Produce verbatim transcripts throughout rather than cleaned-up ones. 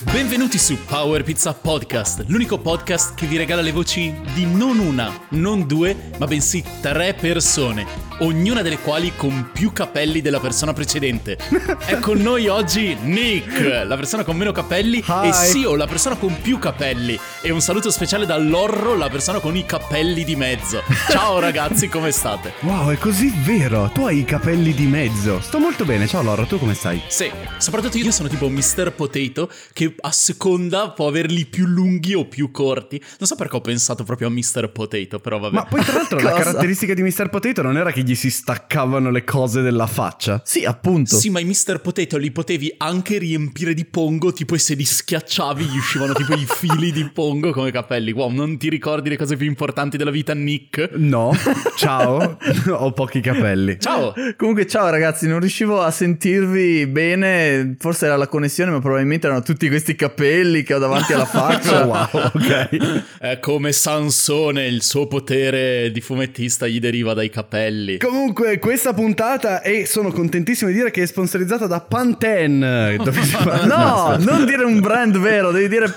Benvenuti su Power Pizza Podcast, l'unico podcast che vi regala le voci di non una, non due, ma bensì tre persone, ognuna delle quali con più capelli della persona precedente. È con noi oggi Nick, la persona con meno capelli, Hi. e Sio, la persona con più capelli. E un saluto speciale da Lorro, la persona con i capelli di mezzo. Ciao ragazzi, come state? Wow, è così vero, tu hai i capelli di mezzo. Sto molto bene, ciao Loro, tu come stai? Sì, soprattutto io sono tipo mister Potato, che a seconda può averli più lunghi o più corti. Non so perché ho pensato proprio a mister Potato, però vabbè. Ma poi tra l'altro la caratteristica di mister Potato non era che gli si staccavano le cose della faccia? Sì, appunto. Sì, ma i mister Potato li potevi anche riempire di pongo, tipo, e se li schiacciavi gli uscivano tipo i fili di pongo come capelli. Wow, non ti ricordi le cose più importanti della vita, Nick? No, ciao, ho pochi capelli. Ciao! Comunque ciao ragazzi, non riuscivo a sentirvi bene, forse era la connessione, ma probabilmente erano tutti questi capelli che ho davanti alla faccia. Wow, ok. È come Sansone, il suo potere di fumettista gli deriva dai capelli. Comunque questa puntata è, sono contentissimo di dire che è sponsorizzata da Pantene. Dovete fare- No, non dire un brand vero, devi dire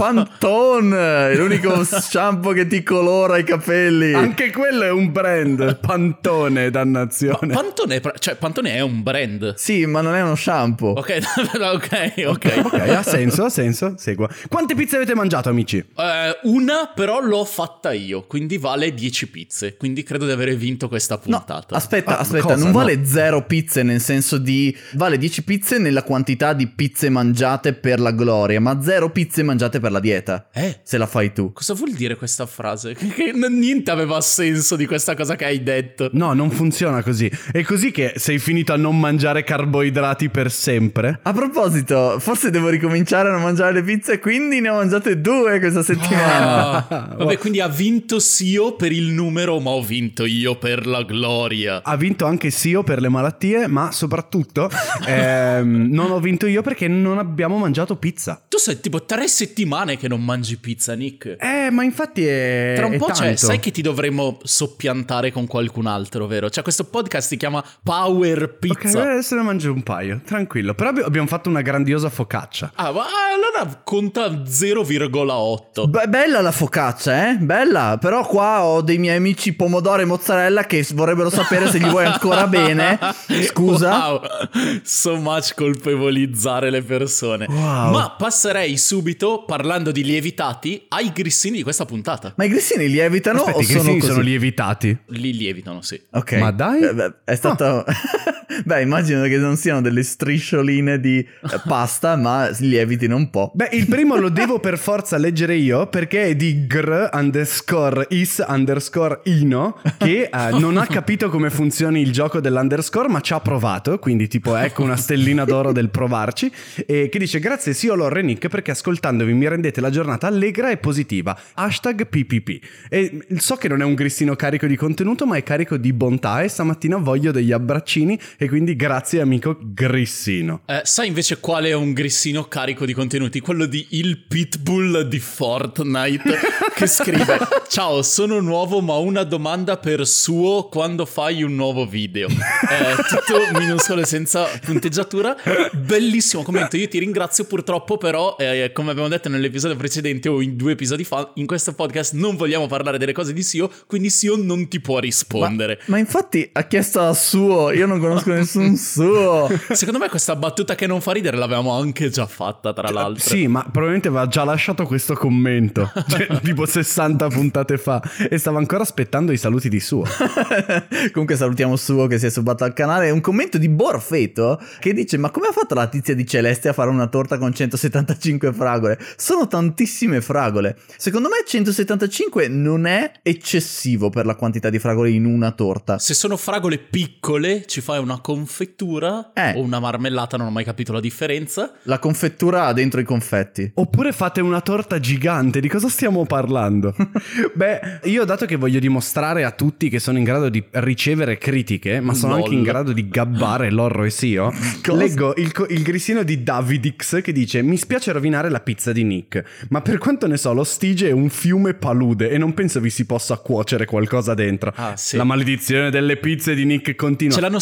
Pantone, l'unico shampoo che ti colora i capelli. Anche quello è un brand, Pantone, dannazione. Pantone, è pra- cioè Pantone è un brand. Sì, ma non è uno shampoo. Ok, ok, ok. Ok, ha senso, ha senso, segua. Quante pizze avete mangiato, amici? Eh, una però l'ho fatta io, quindi vale dieci pizze. Quindi credo di aver vinto questa No, puntata. aspetta, Ah, aspetta, cosa? non No. vale zero pizze nel senso di... Vale dieci pizze nella quantità di pizze mangiate per la gloria, ma zero pizze mangiate per la dieta. Eh? Se la fai tu. Cosa vuol dire questa frase? Che n- niente aveva senso di questa cosa che hai detto. No, non funziona così. È così che sei finito a non mangiare carboidrati per sempre? A proposito, forse devo ricominciare a non mangiare le pizze, quindi ne ho mangiate due questa settimana. Ah, vabbè, quindi ha vinto Sio per il numero, ma ho vinto io per la gloria. Ha vinto anche Sio per le malattie, ma soprattutto ehm, non ho vinto io perché non abbiamo mangiato pizza. Tu sei tipo tre settimane che non mangi pizza, Nick. Eh, ma infatti è Tra un è po', cioè, tanto. sai che ti dovremmo soppiantare con qualcun altro, vero? Cioè, questo podcast si chiama Power Ok, Pizza. adesso ne mangio un paio, tranquillo. Però abbi- abbiamo fatto una grandiosa focaccia. Ah, ma allora conta zero virgola otto. Beh, bella la focaccia, eh? Bella. Però qua ho dei miei amici pomodoro e mozzarella che vorrebbero sapere se gli vuoi ancora bene. Scusa. Wow, so much colpevolizzare le persone. Wow. Ma passerei subito, parlando di lievitati, ai grissini di questa puntata. Ma i grissini lievitano Aspetti, o i sono grissini così? sono lievitati. Li lievitano, sì. Ok. Ma dai? Eh, beh, è stato... Beh, immagino che non siano delle striscioline di eh, pasta, ma lievitino un po'. Beh, il primo lo devo per forza leggere io perché è di gr underscore is underscore ino che eh, non ha capito come funzioni il gioco dell'underscore ma ci ha provato, quindi tipo ecco una stellina d'oro del provarci, e che dice: grazie Sio, Lorre e Nick perché ascoltandovi mi rendete la giornata allegra e positiva. Hashtag P P P. E so che non è un grissino carico di contenuto ma è carico di bontà e stamattina voglio degli abbraccini e quindi grazie amico grissino. Eh, sai invece quale è un grissino carico di contenuti? Quello di Il Pitbull di Fortnite, che scrive: ciao, sono nuovo ma ho una domanda per Suo quando fai un nuovo video. Eh, tutto minuscolo e senza punteggiatura. Bellissimo commento, io ti ringrazio. Purtroppo però, eh, come abbiamo detto nell'episodio precedente o in due episodi fa, in questo podcast non vogliamo parlare delle cose di Sio, quindi Sio non ti può rispondere. Ma, ma infatti ha chiesto a Suo, io non conosco nessun Suo. Secondo me questa battuta che non fa ridere l'avevamo anche già fatta, tra l'altro. Sì, ma probabilmente aveva già lasciato questo commento, cioè, tipo sessanta puntate fa, e stava ancora aspettando i saluti di Suo. Comunque salutiamo Suo che si è subato al canale. Un commento di Borfeto che dice: ma come ha fatto la tizia di Celeste a fare una torta con centosettantacinque fragole? Sono tantissime fragole. Secondo me centosettantacinque non è eccessivo per la quantità di fragole in una torta. Se sono fragole piccole ci fai una confettura Eh. o una marmellata, non ho mai capito la differenza. La confettura ha dentro i confetti. Oppure fate una torta gigante, di cosa stiamo parlando? Beh, io dato che voglio dimostrare a tutti che sono in grado di ricevere critiche, ma sono Lol. anche in grado di gabbare Lorro e Sio, Cosa? leggo il, co- il grissino di Davidix che dice: mi spiace rovinare la pizza di Nick, ma per quanto ne so lo Stige è un fiume palude e non penso vi si possa cuocere qualcosa dentro. Ah, sì. La maledizione delle pizze di Nick continua. Ce l'hanno scritto in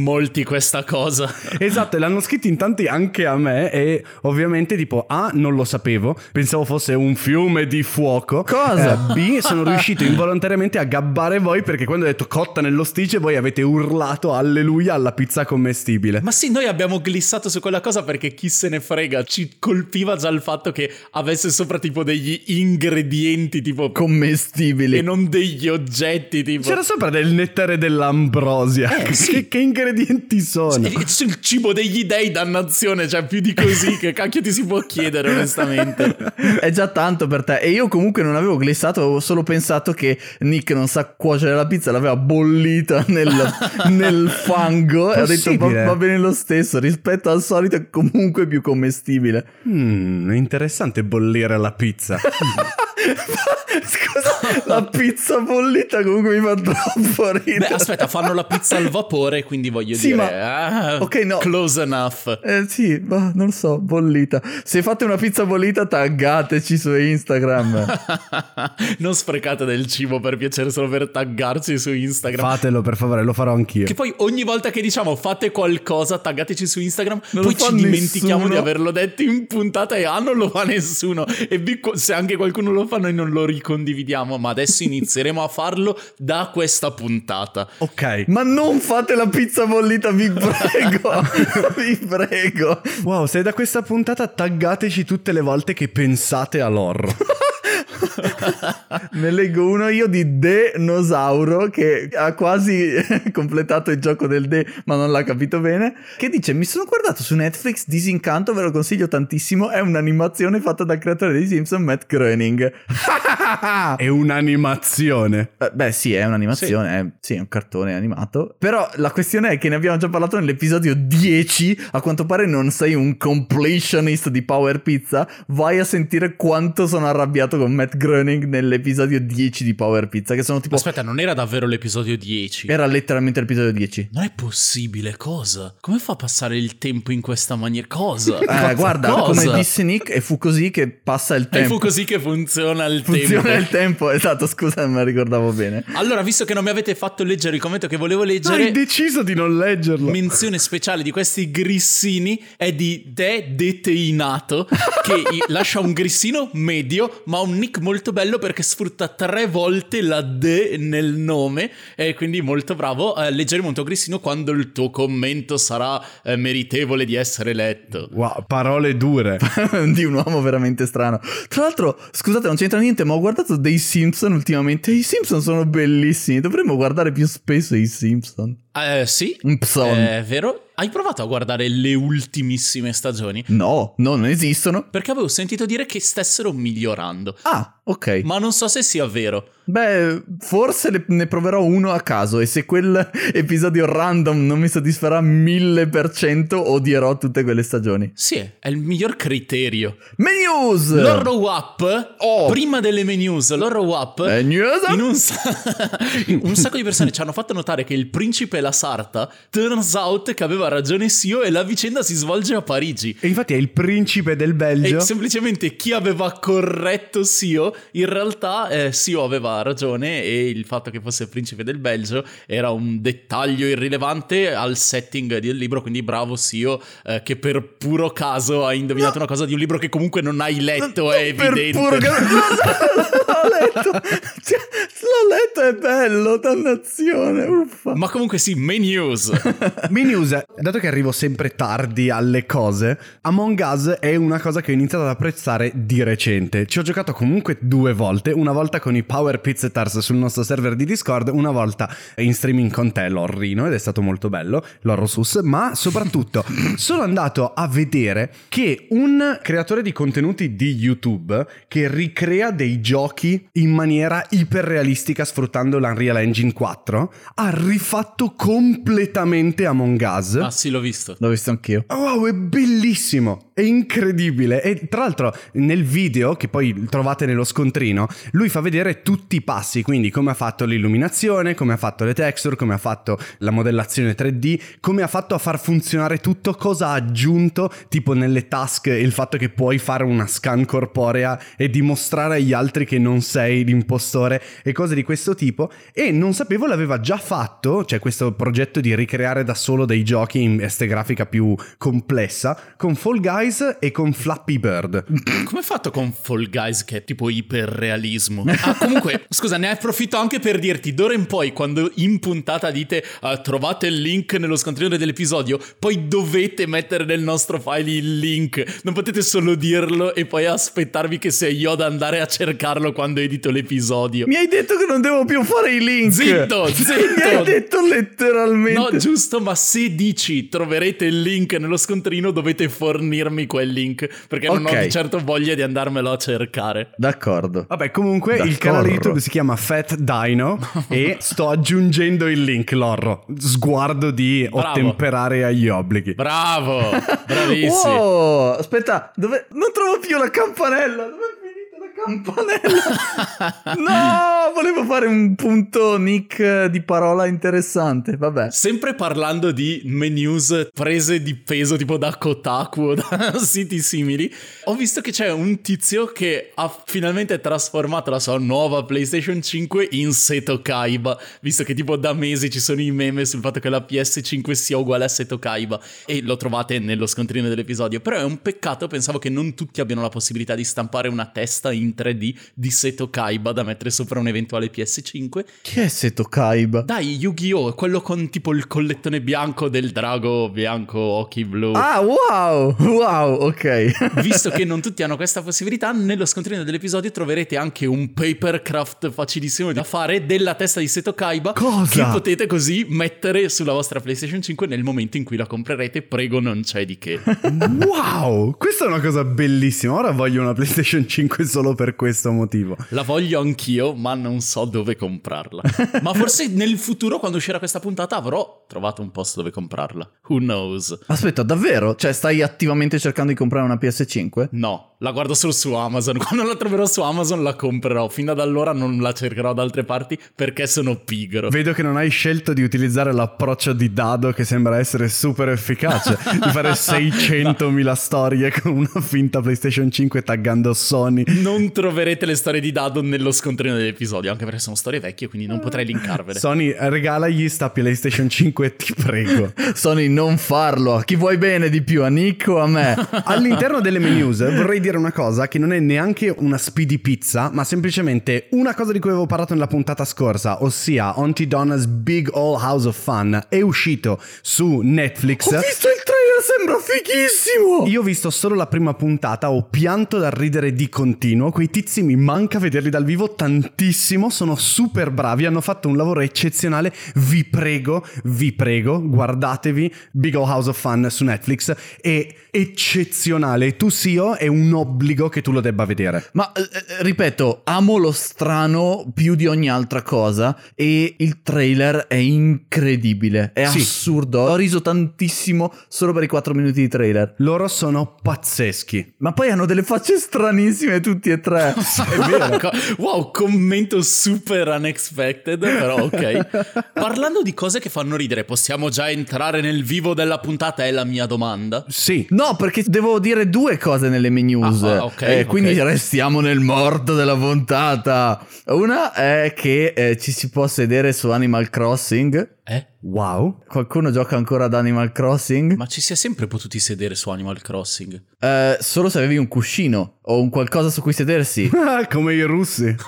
molti questa cosa. Esatto, e l'hanno scritto in tanti anche a me e ovviamente tipo A, non lo sapevo, pensavo fosse un fiume di fuoco. Cosa? Eh, B, sono riuscito involontariamente a gabbare voi perché quando ho detto cotta nello stice voi avete urlato alleluia alla pizza commestibile. Ma sì, noi abbiamo glissato su quella cosa perché chi se ne frega, ci colpiva già il fatto che avesse sopra tipo degli ingredienti tipo commestibili e non degli oggetti tipo. C'era sopra del nettare dell'ambrosia. Eh, che, sì. che ingredienti sono? Il cibo degli dei, dannazione, cioè più di così che cacchio ti si può chiedere onestamente. È già tanto per te. E io comunque non avevo glissato, avevo solo pensato che Nick non sa cuocere la pizza, l'aveva bollita nel, nel fango e ho detto va, va bene lo stesso, rispetto al solito è comunque più commestibile. Mm, è interessante bollire la pizza. Scusa, la pizza bollita comunque mi fa troppo ridere. Beh, aspetta, fanno la pizza al vapore, quindi voglio sì, dire ma... ah, ok, no, close enough. Eh sì, ma non so, bollita. Se fate una pizza bollita taggateci su Instagram. Non sprecate del cibo per piacere, solo per taggarci su Instagram. Fatelo per favore, lo farò anch'io. Che poi ogni volta che diciamo fate qualcosa, taggateci su Instagram, non poi ci dimentichiamo nessuno. di averlo detto in puntata e A non lo fa nessuno. E B, se anche qualcuno lo fa noi non lo ricondividiamo, ma adesso inizieremo a farlo da questa puntata. Ok. Ma non fate la pizza bollita, vi prego. Vi prego. Wow, se da questa puntata taggateci tutte le volte che pensate all'horror. Ne leggo uno io di Denosauro che ha quasi completato il gioco del De ma non l'ha capito bene, che dice: mi sono guardato su Netflix Disincanto, ve lo consiglio tantissimo, è un'animazione fatta dal creatore dei Simpson Matt Groening. È un'animazione. Eh, beh sì, è un'animazione, sì. È, sì, è un cartone animato, però la questione è che ne abbiamo già parlato nell'episodio dieci, a quanto pare non sei un completionist di Power Pizza, vai a sentire quanto sono arrabbiato con Matt Groening nell'episodio dieci di Power Pizza, che sono tipo... Aspetta, non era davvero l'episodio dieci? Era letteralmente l'episodio dieci. Non è possibile, cosa? Come fa a passare il tempo in questa maniera? Cosa? Eh, cosa? guarda, cosa? come disse Nick, e fu così che passa il tempo. E fu così che funziona il funziona tempo. il tempo, esatto, scusa, non me la ricordavo bene. Allora, visto che non mi avete fatto leggere il commento che volevo leggere... Hai deciso di non leggerlo. Menzione speciale di questi grissini è di De Deteinato, che lascia un grissino medio, ma un nick molto bello perché sfrutta tre volte la D nel nome e quindi molto bravo. Eh, leggeremo un tuo grissino quando il tuo commento sarà eh, meritevole di essere letto. Wow, parole dure. Di un uomo veramente strano. Tra l'altro, scusate, non c'entra niente, ma ho guardato dei Simpson ultimamente e i Simpson sono bellissimi. Dovremmo guardare più spesso i Simpson. Eh sì, Un pson. è vero. Hai provato a guardare le ultimissime stagioni? No, no, non esistono. Perché avevo sentito dire che stessero migliorando. Ah, ok. Ma non so se sia vero. Beh, forse le- ne proverò uno a caso e se quell'episodio random non mi soddisferà mille per cento odierò tutte quelle stagioni. Sì, è il miglior criterio. Menus! L'horror Wap, Oh. prima delle menus, l'horror Wap, Menus? in un, sa- un sacco di persone ci hanno fatto notare che il principe e la sarta, turns out che aveva ragione Sio e la vicenda si svolge a Parigi. E infatti è il principe del Belgio. E semplicemente chi aveva corretto Sio, in realtà eh, Sio aveva ragione e il fatto che fosse il principe del Belgio era un dettaglio irrilevante al setting del libro, quindi bravo Sio eh, che per puro caso ha indovinato No. una cosa di un libro che comunque non hai letto, è Per evidente. puro caso- L'ho letto. Cioè, l'ho letto, è bello, dannazione, uffa. Ma comunque sì, menus. Menus, dato che arrivo sempre tardi alle cose, Among Us è una cosa che ho iniziato ad apprezzare di recente. Ci ho giocato comunque due volte, una volta con i Power Pizzatars sul nostro server di Discord, una volta in streaming con te, Lorrino, ed è stato molto bello, Lorrosus, ma soprattutto sono andato a vedere che un creatore di contenuti di YouTube che ricrea dei giochi in maniera iperrealistica sfruttando l'Unreal Engine quattro ha rifatto completamente Among Us. Ah sì, l'ho visto. L'ho visto anch'io. Wow, è bellissimo! è incredibile. E tra l'altro nel video, che poi trovate nello scontrino, lui fa vedere tutti i passi, quindi come ha fatto l'illuminazione, come ha fatto le texture, come ha fatto la modellazione tre D, come ha fatto a far funzionare tutto, cosa ha aggiunto tipo nelle task, il fatto che puoi fare una scan corporea e dimostrare agli altri che non sei l'impostore e cose di questo tipo. E non sapevo l'aveva già fatto, cioè questo progetto di ricreare da solo dei giochi in este grafica più complessa, con Fall Guys e con Flappy Bird. Come è fatto con Fall Guys, che è tipo iperrealismo? Ah, comunque, scusa, ne approfitto anche per dirti, d'ora in poi, quando in puntata dite uh, trovate il link nello scontrino dell'episodio, poi dovete mettere nel nostro file il link. Non potete solo dirlo e poi aspettarvi che sia io ad andare a cercarlo quando edito l'episodio. Mi hai detto che non devo più fare i link. Zitto, zitto. Mi hai detto letteralmente. No, giusto, ma se dici troverete il link nello scontrino, dovete fornirmi quel link, perché non Ok. ho di certo voglia di andarmelo a cercare. D'accordo. Vabbè, comunque il D'accordo. canale YouTube si chiama Fat Dino e sto aggiungendo il link, Lorro. Sguardo di Bravo. ottemperare agli obblighi. Bravo, bravissimo. Wow, aspetta, dove... non trovo più la campanella. Dove è finita la campanella? No, volevo fare un punto nick di parola interessante. Vabbè. Sempre parlando di menus prese di peso tipo da Kotaku o da siti simili, ho visto che c'è un tizio che ha finalmente trasformato la sua nuova PlayStation cinque in Seto Kaiba, visto che tipo da mesi ci sono i meme sul fatto che la P S cinque sia uguale a Seto Kaiba, e lo trovate nello scontrino dell'episodio. Però è un peccato, pensavo che non tutti abbiano la possibilità di stampare una testa in tre D di Seto Kaiba da mettere sopra un eventuale P S cinque. Chi è Seto Kaiba? Dai, Yu-Gi-Oh! Quello con tipo il collettone bianco del drago bianco, occhi blu. Ah, wow, wow, ok. Visto che non tutti hanno questa possibilità, nello scontrino dell'episodio troverete anche un papercraft facilissimo da fare della testa di Seto Kaiba. Cosa? Che potete così mettere sulla vostra PlayStation cinque nel momento in cui la comprerete. Prego, non c'è di che. Wow, questa è una cosa bellissima. Ora voglio una PlayStation cinque solo per questo motivo. La voglio anch'io, ma non so dove comprarla. Ma forse nel futuro, quando uscirà questa puntata, avrò trovato un posto dove comprarla. Who knows? Aspetta, davvero? Cioè, stai attivamente cercando di comprare una P S cinque? No, la guardo solo su Amazon. Quando la troverò su Amazon la comprerò. Fino ad allora non la cercherò da altre parti perché sono pigro. Vedo che non hai scelto di utilizzare l'approccio di Dado, che sembra essere super efficace, di fare seicentomila storie con una finta PlayStation cinque taggando Sony. Non troverete le storie di Dado nello scontrino dell'episodio, anche perché sono storie vecchie, quindi non potrei linkarvele. Sony, regalagli sta PlayStation cinque, ti prego. Sony, non farlo. A chi vuoi bene di più, a Nick o a me? All'interno delle menus vorrei dire una cosa che non è neanche una speedy pizza, ma semplicemente una cosa di cui avevo parlato nella puntata scorsa, ossia Auntie Donna's Big Ol' House of Fun è uscito su Netflix. Ho visto il trailer, sembra fighissimo. Io ho visto solo la prima puntata, ho pianto dal ridere di continuo. Quei tizi mi manca vederli dal vivo tantissimo, sono super bravi, hanno fatto un lavoro eccezionale. Vi prego, vi prego, guardatevi Big Ol' House of Fun su Netflix, è eccezionale. Tu Sio, è un obbligo che tu lo debba vedere. Ma eh, ripeto, amo lo strano più di ogni altra cosa e il trailer è incredibile, è Sì. assurdo. Ho riso tantissimo solo per i quattro minuti di trailer. Loro sono pazzeschi. Ma poi hanno delle facce stranissime tutti e tre. È vero. Wow, commento super unexpected, però ok. Parlando di cose che fanno ridere, possiamo già entrare nel vivo della puntata, è la mia domanda? Sì. No, perché devo dire due cose nelle menus. Ah, ah, ok, eh, quindi ok. restiamo nel morto della puntata. Una è che eh, ci si può sedere su Animal Crossing. Eh? Wow. Qualcuno gioca ancora ad Animal Crossing? Ma ci si è sempre potuti sedere su Animal Crossing? Eh, solo se avevi un cuscino o un qualcosa su cui sedersi. Come i russi. eh,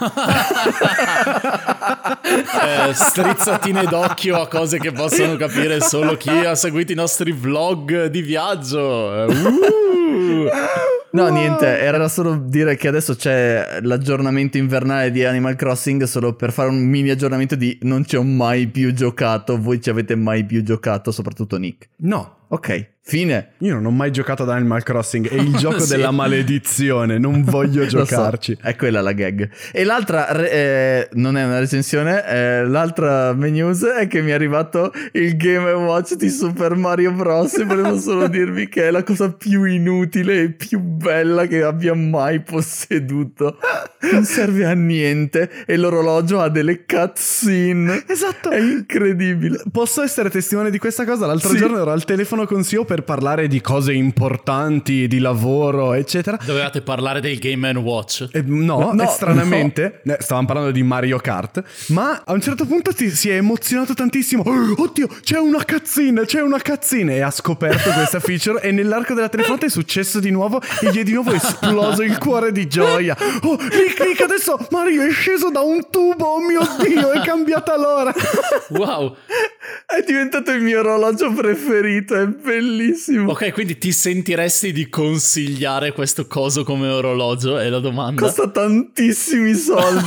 strizzatine d'occhio a cose che possono capire solo chi ha seguito i nostri vlog di viaggio. Eh, uh. No, niente, era solo dire che adesso c'è l'aggiornamento invernale di Animal Crossing, solo per fare un mini aggiornamento di non ci ho mai più giocato. Voi ci avete mai più giocato, soprattutto Nick? No. Ok, Fine. Io non ho mai giocato ad Animal Crossing, è il gioco Sì. della maledizione, non voglio Lo so, giocarci. è quella la gag. E l'altra, eh, non è una recensione, eh, l'altra news è che mi è arrivato il Game and Watch di Super Mario Bros. E volevo solo dirvi che è la cosa più inutile e più bella che abbia mai posseduto. Non serve a niente e l'orologio ha delle cutscene. Esatto. È incredibile. Posso essere testimone di questa cosa? L'altro Sì. giorno ero al telefono con Sio per parlare di cose importanti, di lavoro, eccetera. Dovevate parlare del Game and Watch. Eh, no, No, e stranamente eh, stavamo parlando di Mario Kart, ma a un certo punto ti, si è emozionato tantissimo. Oh, oddio, c'è una cutscene, c'è una cutscene, e ha scoperto questa feature e nell'arco della telefonata è successo di nuovo e gli è di nuovo esploso il cuore di gioia. Oh, Rick, Rick, adesso Mario è sceso da un tubo, oh mio Dio, è cambiata l'ora. Wow. È diventato il mio orologio preferito, è bellissimo. Ok, quindi ti sentiresti di consigliare questo coso come orologio? È la domanda. Costa tantissimi soldi,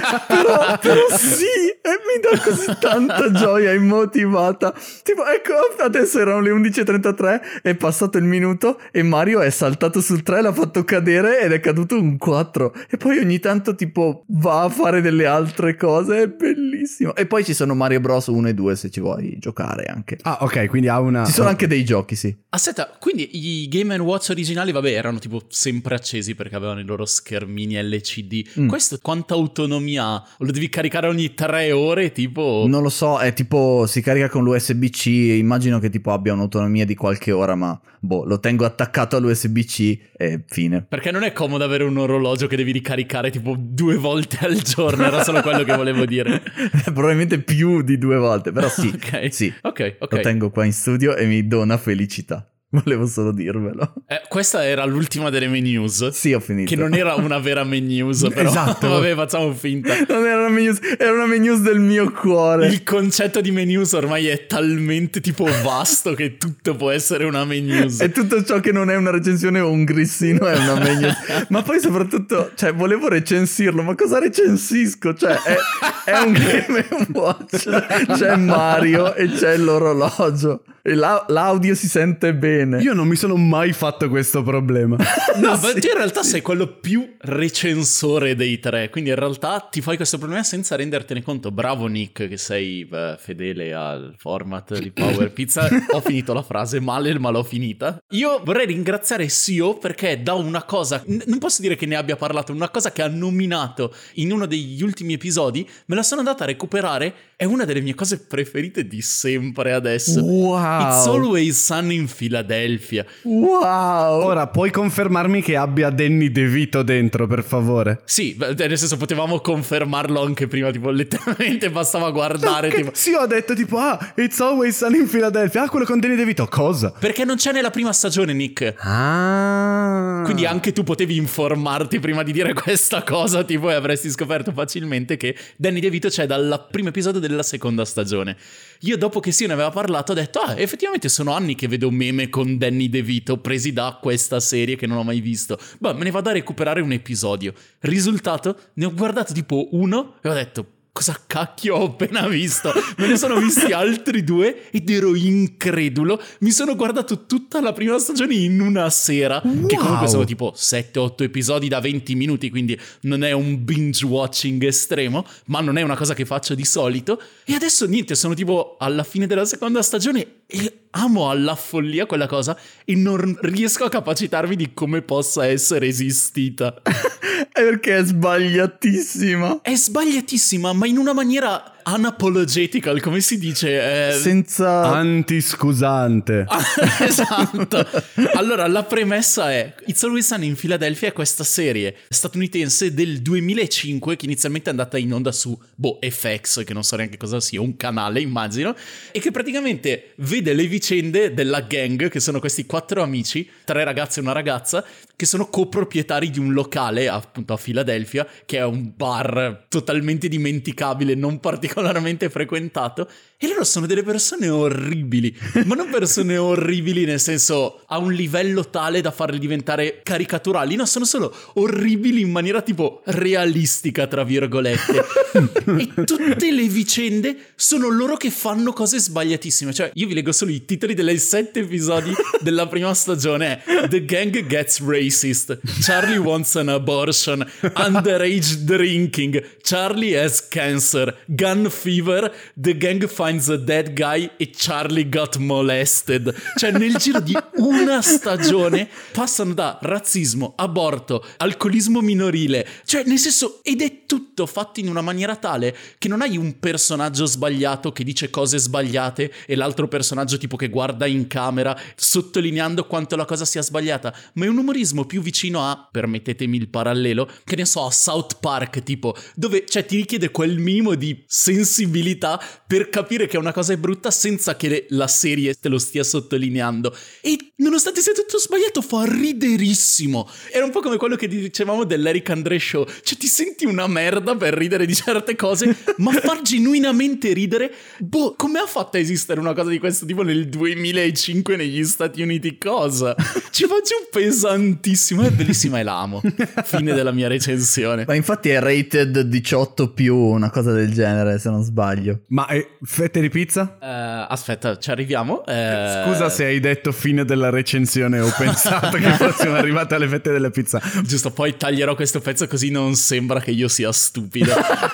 però, però sì, e mi dà così tanta gioia immotivata. Tipo, ecco, adesso erano le undici e trentatré, è passato il minuto e Mario è saltato sul tre, l'ha fatto cadere ed è caduto un quattro. E poi ogni tanto tipo va a fare delle altre cose, è bellissimo. E poi ci sono Mario Bros uno e due se ci vuoi giocare anche. Ah, ok, quindi ha una... Ci sono anche dei giochi, sì. Aspetta, quindi i Game and Watch originali, vabbè, erano tipo sempre accesi perché avevano i loro schermini L C D. Mm. Questo quanta autonomia ha? Lo devi caricare ogni tre ore, tipo? Non lo so, è tipo si carica con l'U S B C, immagino che tipo abbia un'autonomia di qualche ora, ma boh, lo tengo attaccato all'U S B C e fine. Perché non è comodo avere un orologio che devi ricaricare tipo due volte al giorno, era solo quello che volevo dire. Probabilmente più di due volte, però sì, Ok, sì. ok, ok. Lo tengo qua in studio e mi dona felicità. Volevo solo dirvelo. Eh, questa era l'ultima delle main news. Sì, ho finito. Che non era una vera main news, però Esatto. vabbè, facciamo finta. Non era una main news, era una main news del mio cuore. Il concetto di main news ormai è talmente tipo vasto che tutto può essere una main news. E tutto ciò che non è una recensione o un grissino è una main news. Ma poi soprattutto, cioè, volevo recensirlo, ma cosa recensisco? Cioè, è, è un Game and Watch. C'è Mario e c'è l'orologio. E la- l'audio si sente bene. Io non mi sono mai fatto questo problema. No, ma tu in realtà sei quello più recensore dei tre, quindi in realtà ti fai questo problema senza rendertene conto. Bravo Nick, che sei beh, fedele al format di Power Pizza. Ho finito la frase male, ma l'ho finita. Io vorrei ringraziare Sio perché da una cosa, n- non posso dire che ne abbia parlato, una cosa che ha nominato in uno degli ultimi episodi, me la sono andata a recuperare, è una delle mie cose preferite di sempre adesso. Wow. It's Always Sunny in Philadelphia. Wow. Ora, puoi confermarmi che abbia Danny DeVito dentro, per favore? Sì, beh, nel senso potevamo confermarlo anche prima, tipo letteralmente bastava guardare, Che- tipo... Sì, ho detto tipo, ah, It's Always Sunny in Philadelphia. Ah, quello con Danny DeVito, cosa? Perché non c'è nella prima stagione, Nick. Ah. Quindi anche tu potevi informarti prima di dire questa cosa, tipo, e avresti scoperto facilmente che Danny DeVito c'è dal primo episodio della seconda stagione. Io dopo che Sio ne aveva parlato ho detto, ah, effettivamente sono anni che vedo meme con Danny DeVito presi da questa serie che non ho mai visto. Beh, me ne vado a recuperare un episodio. Risultato, ne ho guardato tipo uno e ho detto, cosa cacchio ho appena visto? Me ne sono visti altri due ed ero incredulo. Mi sono guardato tutta la prima stagione in una sera, Wow. che comunque sono tipo sette otto episodi da venti minuti, quindi non è un binge watching estremo, ma non è una cosa che faccio di solito. E adesso niente, sono tipo alla fine della seconda stagione e amo alla follia quella cosa e non riesco a capacitarmi di come possa essere esistita. È perché è sbagliatissima. È sbagliatissima, ma in una maniera unapologetical, come si dice? Eh... Senza... Antiscusante. Esatto. Allora, la premessa è It's Always Sunny in Philadelphia è questa serie statunitense del duemilacinque che inizialmente è andata in onda su, boh, F X, che non so neanche cosa sia, un canale, immagino, e che praticamente vede le vicende della gang, che sono questi quattro amici, tre ragazzi e una ragazza, che sono coproprietari di un locale, appunto a Philadelphia, che è un bar totalmente dimenticabile, non particolarmente frequentato, E loro sono delle persone orribili, ma non persone orribili nel senso a un livello tale da farli diventare caricaturali, no, sono solo orribili in maniera tipo realistica, tra virgolette. E tutte le vicende sono loro che fanno cose sbagliatissime. Cioè, io vi leggo solo i titoli dei sette episodi della prima stagione. The gang gets racist, Charlie wants an abortion, underage drinking, Charlie has cancer, gun fever, the gang finds a dead guy e Charlie got molested. Cioè nel giro di una stagione passano da razzismo, aborto, alcolismo minorile, cioè nel senso, ed è tutto fatto in una maniera tale che non hai un personaggio sbagliato che dice cose sbagliate e l'altro personaggio tipo che guarda in camera sottolineando quanto la cosa sia sbagliata, ma è un umorismo più vicino a, permettetemi il parallelo, che ne so, a South Park tipo, dove cioè ti richiede quel minimo di sensibilità per capire che una cosa è brutta senza che la serie te lo stia sottolineando, e nonostante sia tutto sbagliato fa riderissimo. Era un po' come quello che dicevamo dell'Eric André Show, cioè ti senti una merda per ridere di certe cose ma far genuinamente ridere. Boh, come ha fatto a esistere una cosa di questo tipo nel duemilacinque negli Stati Uniti? Cosa? Ci faccio pesantissimo, è bellissima e l'amo. Fine della mia recensione. Ma infatti è rated diciotto più, una cosa del genere se non sbaglio. Ma eh, fette di pizza? Uh, aspetta, ci arriviamo. Uh... Scusa se hai detto fine della recensione, ho pensato che fossimo arrivati alle fette della pizza. Giusto, poi taglierò questo pezzo così non sembra che io sia stupido.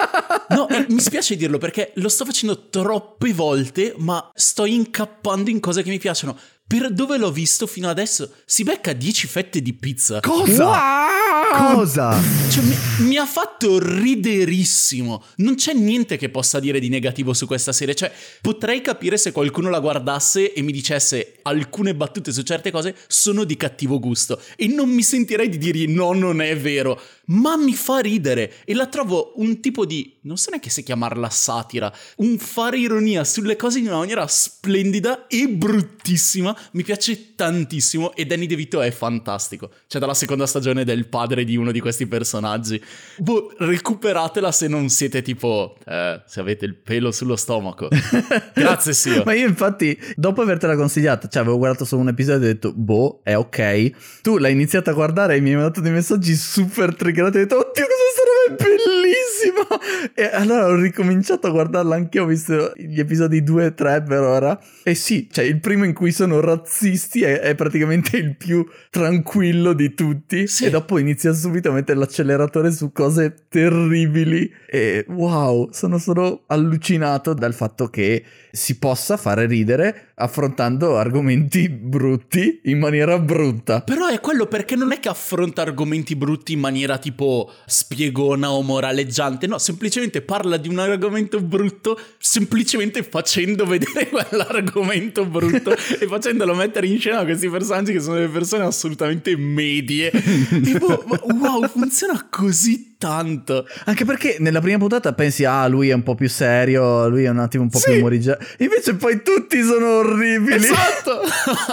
No, mi spiace dirlo perché lo sto facendo troppe volte, ma sto incappando in cose che mi piacciono. Per dove l'ho visto fino adesso si becca dieci fette di pizza. Cosa? Wow! Cosa? Cioè, mi, mi ha fatto riderissimo. Non c'è niente che possa dire di negativo su questa serie. Cioè, potrei capire se qualcuno la guardasse e mi dicesse alcune battute su certe cose sono di cattivo gusto. E non mi sentirei di dirgli no, non è vero. Ma mi fa ridere. E la trovo un tipo di, non so neanche se chiamarla satira, un fare ironia sulle cose in una maniera splendida e bruttissima. Mi piace tantissimo e Danny DeVito è fantastico. C'è dalla seconda stagione del padre di uno di questi personaggi. Boh, recuperatela se non siete tipo eh, se avete il pelo sullo stomaco. Grazie Sio. Ma io infatti dopo avertela consigliata, cioè avevo guardato solo un episodio e ho detto boh, è ok. Tu l'hai iniziata a guardare e mi hai mandato dei messaggi super triggerati e ho detto oddio cosa sarebbe bellissimo. E allora ho ricominciato a guardarla anche, ho visto gli episodi due e tre per ora. E sì, cioè il primo in cui sono razzisti è, è praticamente il più tranquillo di tutti, sì. E dopo inizia subito a mettere l'acceleratore su cose terribili e wow, sono solo allucinato dal fatto che si possa fare ridere affrontando argomenti brutti in maniera brutta. Però è quello, perché non è che affronta argomenti brutti in maniera tipo spiegona o moraleggiante, no, semplicemente parla di un argomento brutto semplicemente facendo vedere quell'argomento brutto e facendolo mettere in scena questi personaggi che sono delle persone assolutamente medie. E boh, wow, funziona così tanto. Anche perché nella prima puntata pensi ah lui è un po' più serio, lui è un attimo un po' sì. più umoriggioso, invece poi tutti sono orribili. Esatto.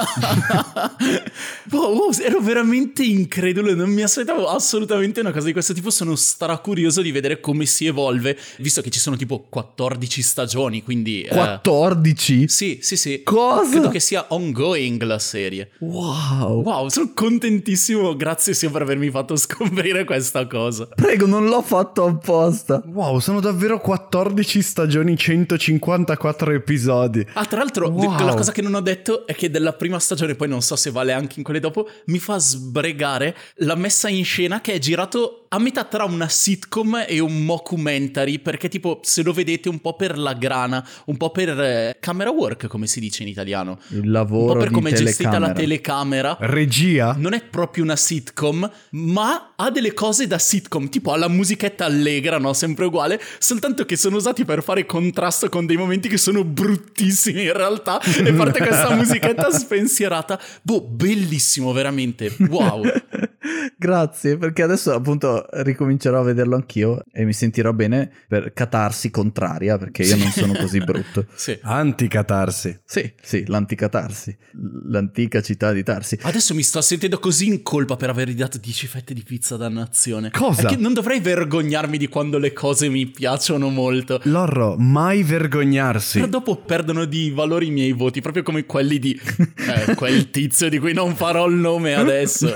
Boh, wow, ero veramente incredulo, non mi aspettavo assolutamente una cosa di questo tipo. Sono stracurioso di vedere come si evolve, visto che ci sono tipo quattordici stagioni, quindi quattordici? Eh, sì, sì, sì. Cosa? Credo che sia ongoing la serie. Wow. Wow, sono contentissimo, grazie Sio per avermi fatto scoprire questa cosa. Prego, non l'ho fatto apposta. Wow, sono davvero quattordici stagioni, centocinquantaquattro episodi. Ah, tra l'altro, wow. La cosa che non ho detto è che della prima stagione, poi non so se vale anche in quelle dopo, mi fa sbregare la messa in scena che è girato a metà tra una sitcom e un mockumentary, perché tipo se lo vedete un po' per la grana, un po' per eh, camera work, come si dice in italiano, il lavoro, un po' per come è telecamera. gestita la telecamera, regia. Non è proprio una sitcom, ma ha delle cose da sitcom, tipo ha la musichetta allegra, no? Sempre uguale, soltanto che sono usati per fare contrasto con dei momenti che sono bruttissimi in realtà, e parte questa musichetta spensierata. Boh, bellissimo, veramente, wow. Grazie, perché adesso appunto ricomincerò a vederlo anch'io e mi sentirò bene per catarsi contraria, perché io non sono così brutto. Sì. Anticatarsi. Sì, sì, l'anticatarsi, l'antica città di Tarsi. Adesso mi sto sentendo così in colpa per avergli dato dieci fette di pizza, dannazione. Cosa? È che non dovrei vergognarmi di quando le cose mi piacciono molto. Lorro, mai vergognarsi. Però dopo perdono di valore i miei voti, proprio come quelli di eh, quel tizio di cui non farò il nome adesso.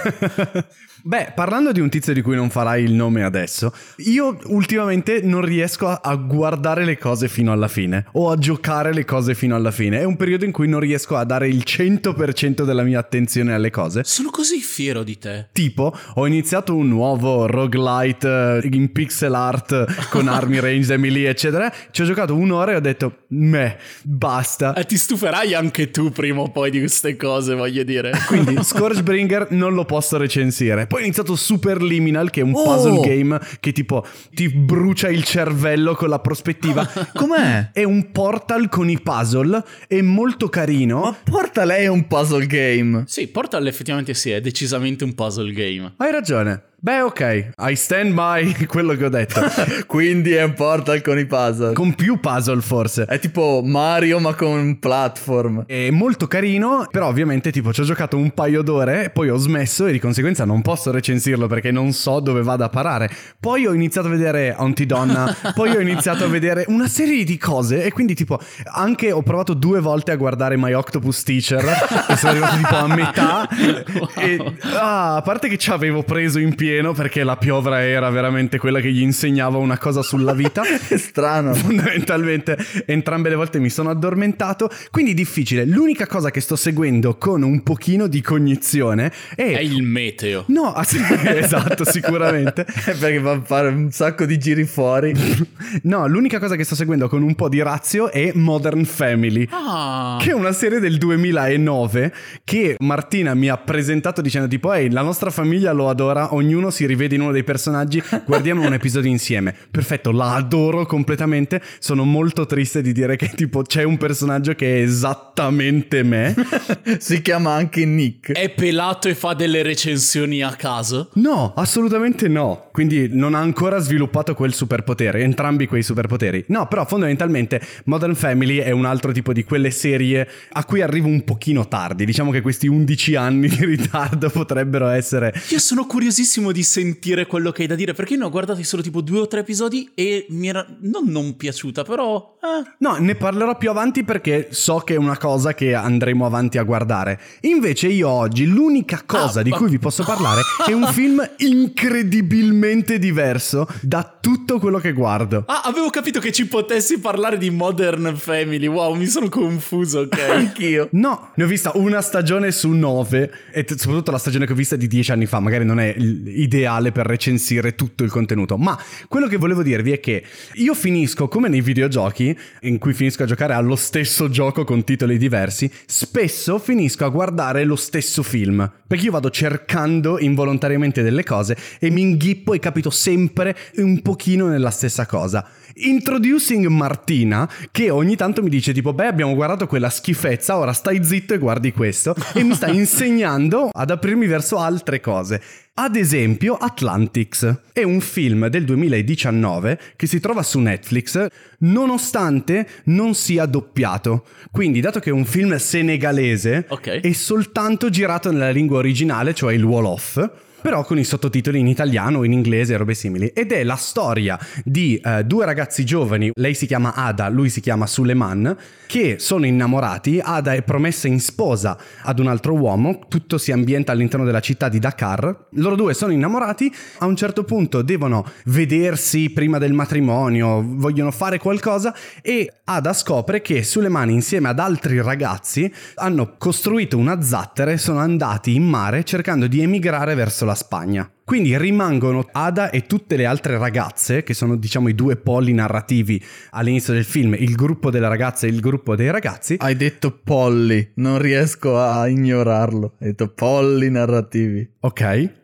Beh, parlando di un tizio di cui non farai il nome adesso, io ultimamente non riesco a, a guardare le cose fino alla fine o a giocare le cose fino alla fine. È un periodo in cui non riesco a dare il cento per cento della mia attenzione alle cose. Sono così fiero di te. Tipo, ho iniziato un nuovo roguelite eh, in pixel art con armi range, Emily, eccetera. Ci ho giocato un'ora e ho detto, meh, basta. E ti stuferai anche tu prima o poi di queste cose, voglio dire. Quindi Scourgebringer non lo posso recensire. Poi ho iniziato Superliminal, che è un Oh! puzzle game che tipo ti brucia il cervello con la prospettiva. Com'è? È un Portal con i puzzle, è molto carino. Ma porta lei un puzzle game. Sì, Portal effettivamente sì, è decisamente un puzzle game. Hai ragione. Beh, ok, I stand by quello che ho detto. Quindi è un Portal con i puzzle. Con più puzzle forse. È tipo Mario ma con platform. È molto carino, però ovviamente tipo ci ho giocato un paio d'ore, poi ho smesso e di conseguenza non posso recensirlo perché non so dove vada a parare. Poi ho iniziato a vedere Antidonna, poi ho iniziato a vedere una serie di cose e quindi tipo anche ho provato due volte a guardare My Octopus Teacher e sono arrivato tipo a metà. Wow. E ah, a parte che ci avevo preso in pieno perché la piovra era veramente quella che gli insegnava una cosa sulla vita. È strano. Fondamentalmente entrambe le volte mi sono addormentato, quindi difficile. L'unica cosa che sto seguendo con un pochino di cognizione è, è il meteo. No, esatto, sicuramente. Perché va a fare un sacco di giri fuori. No, l'unica cosa che sto seguendo con un po' di razio è Modern Family, ah. che è una serie del duemilanove che Martina mi ha presentato dicendo tipo ehi, la nostra famiglia lo adora, ognuno si rivede in uno dei personaggi, guardiamo un episodio insieme. Perfetto, la adoro completamente. Sono molto triste di dire che tipo c'è un personaggio che è esattamente me. Si chiama anche Nick. È pelato e fa delle recensioni a caso? No, assolutamente no. Quindi non ha ancora sviluppato quel superpotere, entrambi quei superpoteri. No, però fondamentalmente Modern Family è un altro tipo di quelle serie a cui arrivo un pochino tardi. Diciamo che questi undici anni di ritardo potrebbero essere... Io sono curiosissimo di sentire quello che hai da dire, perché io ne ho guardati solo tipo due o tre episodi e mi era non non piaciuta, però eh. No, ne parlerò più avanti perché so che è una cosa che andremo avanti a guardare. Invece io oggi l'unica cosa ah, di cui vi posso parlare è un film incredibilmente diverso da tutto quello che guardo. Ah, avevo capito che ci potessi parlare di Modern Family. Wow, mi sono confuso, ok? Anch'io. No, ne ho vista una stagione su nove e t- soprattutto la stagione che ho vista di dieci anni fa, magari non è ideale per recensire tutto il contenuto, ma quello che volevo dirvi è che io finisco come nei videogiochi in cui finisco a giocare allo stesso gioco con titoli diversi, spesso finisco a guardare lo stesso film perché io vado cercando involontariamente delle cose e mi inghippo e capito sempre un pochino nella stessa cosa. Introducing Martina, che ogni tanto mi dice tipo beh abbiamo guardato quella schifezza, ora stai zitto e guardi questo, e mi sta insegnando ad aprirmi verso altre cose. Ad esempio Atlantics è un film del duemiladiciannove che si trova su Netflix nonostante non sia doppiato. Quindi dato che è un film senegalese, okay, è soltanto girato nella lingua originale, cioè il Wolof, però con i sottotitoli in italiano, in inglese e robe simili. Ed è la storia di uh, due ragazzi giovani, lei si chiama Ada, lui si chiama Suleiman, che sono innamorati. Ada è promessa in sposa ad un altro uomo, tutto si ambienta all'interno della città di Dakar. Loro due sono innamorati, a un certo punto devono vedersi prima del matrimonio, vogliono fare qualcosa e Ada scopre che Suleiman insieme ad altri ragazzi hanno costruito una zattera e sono andati in mare cercando di emigrare verso la Spagna. Quindi rimangono Ada e tutte le altre ragazze, che sono diciamo i due poli narrativi all'inizio del film, il gruppo delle ragazze e il gruppo dei ragazzi. Hai detto polli, non riesco a ignorarlo. Hai detto polli narrativi. Ok.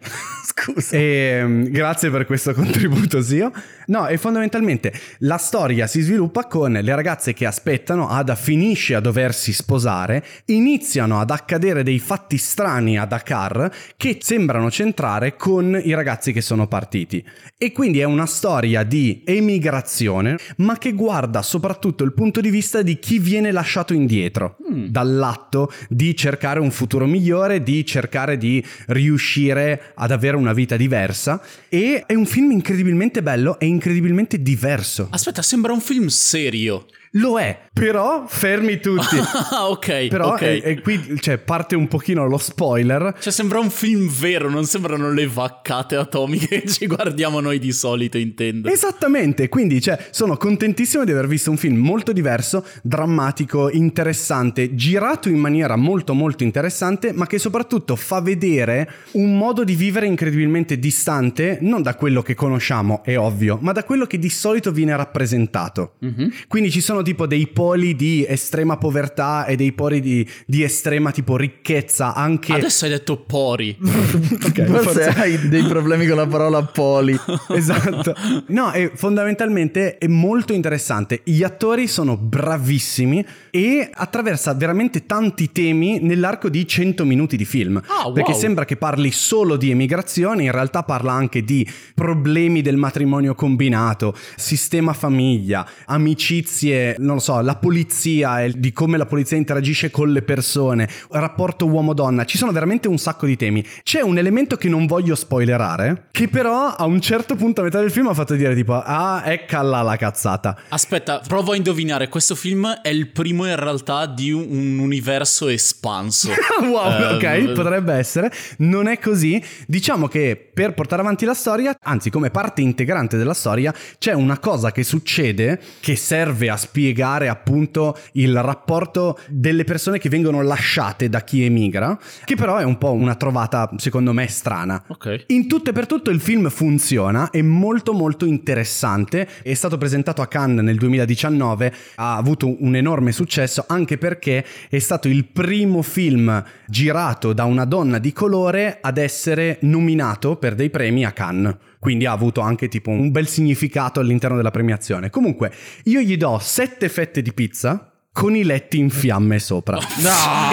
Scusa. E, grazie per questo contributo, zio. No, e fondamentalmente la storia si sviluppa con le ragazze che aspettano, Ada finisce a doversi sposare, iniziano ad accadere dei fatti strani a Dakar che sembrano centrare con i ragazzi che sono partiti. E quindi è una storia di emigrazione, ma che guarda soprattutto il punto di vista di chi viene lasciato indietro mm. dall'atto di cercare un futuro migliore, di cercare di riuscire ad avere una vita diversa. E è un film incredibilmente bello e incredibilmente diverso. Aspetta, sembra un film serio. Lo è, però fermi tutti. Ah, ok. Però okay. E, e qui cioè, parte un pochino lo spoiler. Cioè sembra un film vero, non sembrano le vaccate atomiche che ci guardiamo noi di solito, intendo. Esattamente, quindi cioè, sono contentissimo di aver visto un film molto diverso, drammatico, interessante, girato in maniera molto molto interessante, ma che soprattutto fa vedere un modo di vivere incredibilmente distante, non da quello che conosciamo, è ovvio, ma da quello che di solito viene rappresentato. Mm-hmm. Quindi ci sono tipo dei poli di estrema povertà e dei poli di, di estrema tipo ricchezza anche. Adesso hai detto pori. Okay, forse, forse hai dei problemi con la parola poli. Esatto. No, e fondamentalmente è molto interessante. Gli attori sono bravissimi e attraversa veramente tanti temi nell'arco di cento minuti di film. Ah, wow. Perché sembra che parli solo di emigrazione, in realtà parla anche di problemi del matrimonio combinato, sistema famiglia, amicizie, non lo so, la polizia e di come la polizia interagisce con le persone, rapporto uomo-donna. Ci sono veramente un sacco di temi. C'è un elemento che non voglio spoilerare, che però a un certo punto a metà del film ha fatto dire tipo ah, eccala la cazzata. Aspetta, provo a indovinare. Questo film è il primo in realtà di un, un universo espanso. Wow, um, ok, potrebbe essere. Non è così. Diciamo che per portare avanti la storia, anzi come parte integrante della storia, c'è una cosa che succede che serve a spiegare appunto il rapporto delle persone che vengono lasciate da chi emigra, che però è un po' una trovata secondo me strana. Ok. In tutto e per tutto il film funziona, è molto molto interessante, è stato presentato a Cannes nel duemiladiciannove, ha avuto un enorme successo anche perché è stato il primo film girato da una donna di colore ad essere nominato per dei premi a Cannes. Quindi ha avuto anche tipo un bel significato all'interno della premiazione. Comunque, io gli do sette fette di pizza con i letti in fiamme sopra. No!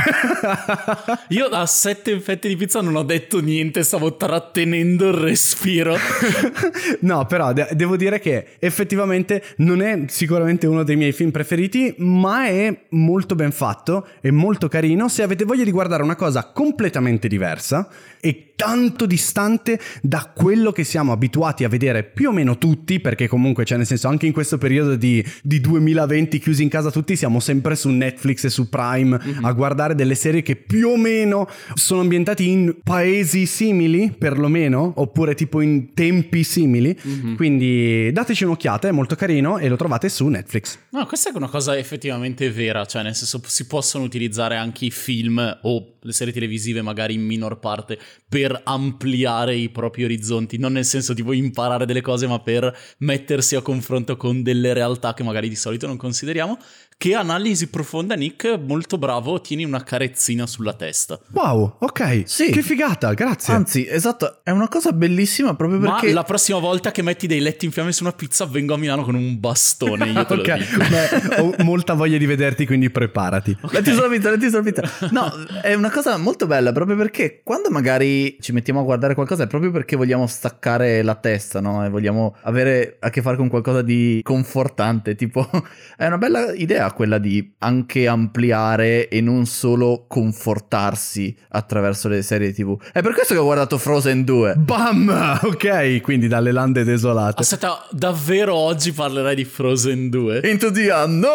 E... Io a sette fette di pizza non ho detto niente, stavo trattenendo il respiro. No, però de- devo dire che effettivamente non è sicuramente uno dei miei film preferiti, ma è molto ben fatto, è molto carino. Se avete voglia di guardare una cosa completamente diversa e tanto distante da quello che siamo abituati a vedere più o meno tutti, perché comunque cioè nel senso anche in questo periodo di, di duemilaventi chiusi in casa tutti siamo sempre su Netflix e su Prime mm-hmm. a guardare delle serie che più o meno sono ambientati in paesi simili perlomeno, oppure tipo in tempi simili, mm-hmm. quindi dateci un'occhiata, è molto carino e lo trovate su Netflix. No, questa è una cosa effettivamente vera, cioè nel senso si possono utilizzare anche i film o le serie televisive magari in minor parte per ampliare i propri orizzonti, non nel senso tipo imparare delle cose, ma per mettersi a confronto con delle realtà che magari di solito non consideriamo. Che analisi profonda, Nick, molto bravo, tieni una carezzina sulla testa. Wow, ok, sì. Che figata, grazie. Anzi, esatto, è una cosa bellissima proprio perché... Ma la prossima volta che metti dei letti in fiamme su una pizza vengo a Milano con un bastone, io te lo okay. dico. Beh, ho molta voglia di vederti, quindi preparati. Okay. Letti sulla pizza, letti sulla pizza. No, è una cosa molto bella proprio perché quando magari ci mettiamo a guardare qualcosa è proprio perché vogliamo staccare la testa, no? E vogliamo avere a che fare con qualcosa di confortante, tipo è una bella idea quella di anche ampliare e non solo confortarsi attraverso le serie tivù. È per questo che ho guardato Frozen due. Bam! Ok, quindi dalle lande desolate. Aspetta, davvero oggi parlerai di Frozen due? Into the unknown!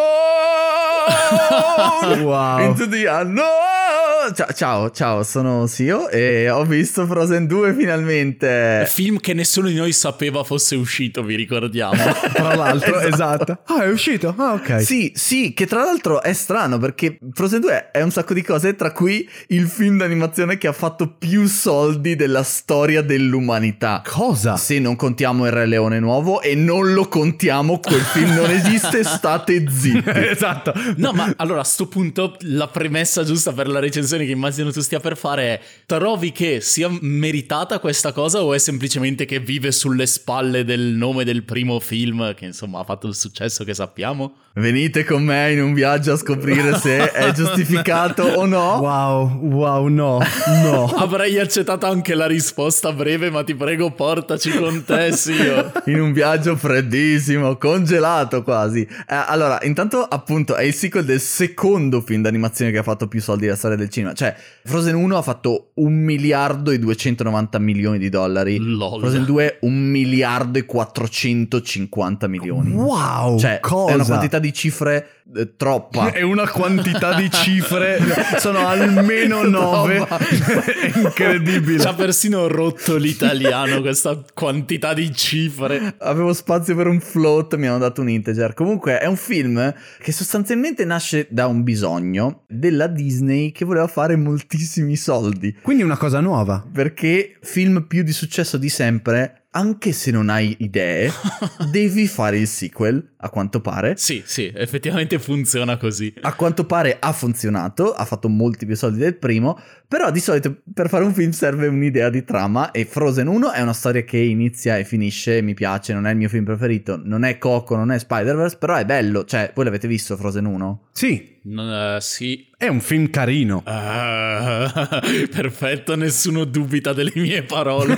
Wow! Into the unknown! Ciao, ciao, ciao, sono Sio e ho visto Frozen due finalmente. Film che nessuno di noi sapeva fosse uscito, vi ricordiamo. Tra l'altro, esatto. esatto. Ah, è uscito? Ah, ok. Sì, sì, che tra l'altro è strano perché Frozen due è un sacco di cose, tra cui il film d'animazione che ha fatto più soldi della storia dell'umanità. Cosa? Se non contiamo Il Re Leone nuovo, e non lo contiamo, quel film non esiste, state zitti. Esatto. No, ma allora a sto punto la premessa giusta per la recensione conversazione che immagino tu stia per fare è: trovi che sia meritata questa cosa o è semplicemente che vive sulle spalle del nome del primo film che insomma ha fatto il successo che sappiamo? Venite con me in un viaggio a scoprire se è giustificato o no. Wow, wow, no, no. Avrei accettato anche la risposta breve, ma ti prego portaci con te, Sio. In un viaggio freddissimo, congelato quasi. Eh, allora, intanto appunto è il sequel del secondo film d'animazione che ha fatto più soldi della storia del cinema. Cioè, Frozen uno ha fatto un miliardo e duecentonovanta milioni di dollari. Lol. Frozen due un miliardo e quattrocentocinquanta milioni. Wow, Cioè, cosa? è una quantità di cifre eh, troppa. È una quantità di cifre, sono almeno nove. È incredibile. Ci ha persino rotto l'italiano questa quantità di cifre. Avevo spazio per un float, mi hanno dato un integer. Comunque è un film che sostanzialmente nasce da un bisogno della Disney che voleva fare moltissimi soldi. Quindi è una cosa nuova. Perché film più di successo di sempre, anche se non hai idee, devi fare il sequel, a quanto pare. Sì, sì, effettivamente funziona così. A quanto pare ha funzionato, ha fatto molti più soldi del primo, però di solito per fare un film serve un'idea di trama e Frozen uno è una storia che inizia e finisce, mi piace, non è il mio film preferito, non è Coco, non è Spider-Verse, però è bello, cioè, voi l'avete visto Frozen uno? Sì, Uh, sì. è un film carino. Uh, perfetto, nessuno dubita delle mie parole.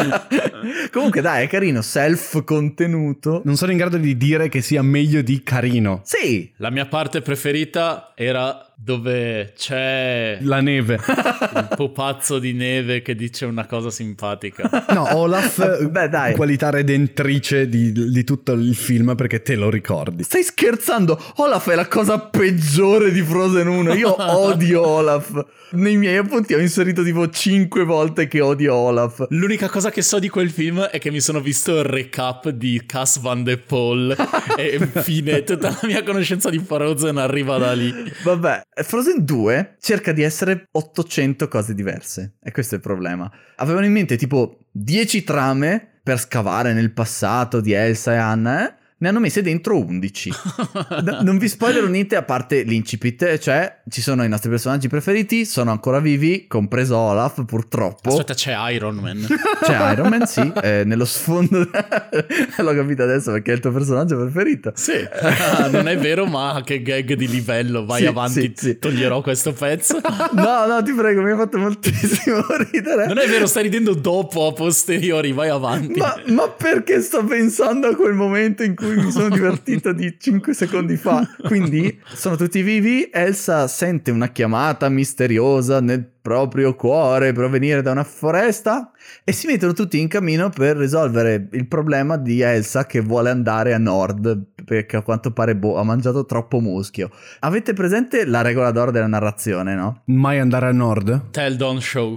Comunque dai, è carino, self-contenuto. Non sono in grado di dire che sia meglio di carino. Sì. La mia parte preferita era dove c'è La neve. il pupazzo di neve che dice una cosa simpatica. No, Olaf, Beh, dai. qualità redentrice di, di tutto il film perché te lo ricordi. Stai scherzando? Olaf è la cosa peggiore di Frozen uno. Io odio Olaf. Nei miei appunti ho inserito tipo cinque volte che odio Olaf. L'unica cosa che so di quel film è che mi sono visto il recap di Cass Van de Paul e infine tutta la mia conoscenza di Frozen arriva da lì. Vabbè, Frozen due cerca di essere ottocento cose diverse. E questo è il problema. Avevano in mente tipo dieci trame per scavare nel passato di Elsa e Anna, eh? Ne hanno messe dentro undici. D- non vi spoilerò niente a parte l'incipit, cioè ci sono i nostri personaggi preferiti, sono ancora vivi, compreso Olaf purtroppo. Aspetta, c'è Iron Man. C'è Iron Man, sì, eh, nello sfondo. L'ho capito adesso perché è il tuo personaggio preferito. Sì, non è vero, ma che gag di livello. Vai Sì, avanti, sì, sì. toglierò questo pezzo. No, no, ti prego, mi ha fatto moltissimo ridere. Non è vero, stai ridendo dopo, a posteriori, vai avanti. Ma, ma perché sto pensando a quel momento in cui mi sono divertito di cinque secondi fa? Quindi sono tutti vivi, Elsa sente una chiamata misteriosa nel proprio cuore provenire da una foresta e si mettono tutti in cammino per risolvere il problema di Elsa che vuole andare a nord perché a quanto pare boh, ha mangiato troppo muschio. Avete presente la regola d'oro della narrazione, no? Mai andare a nord? Tell Don't Show.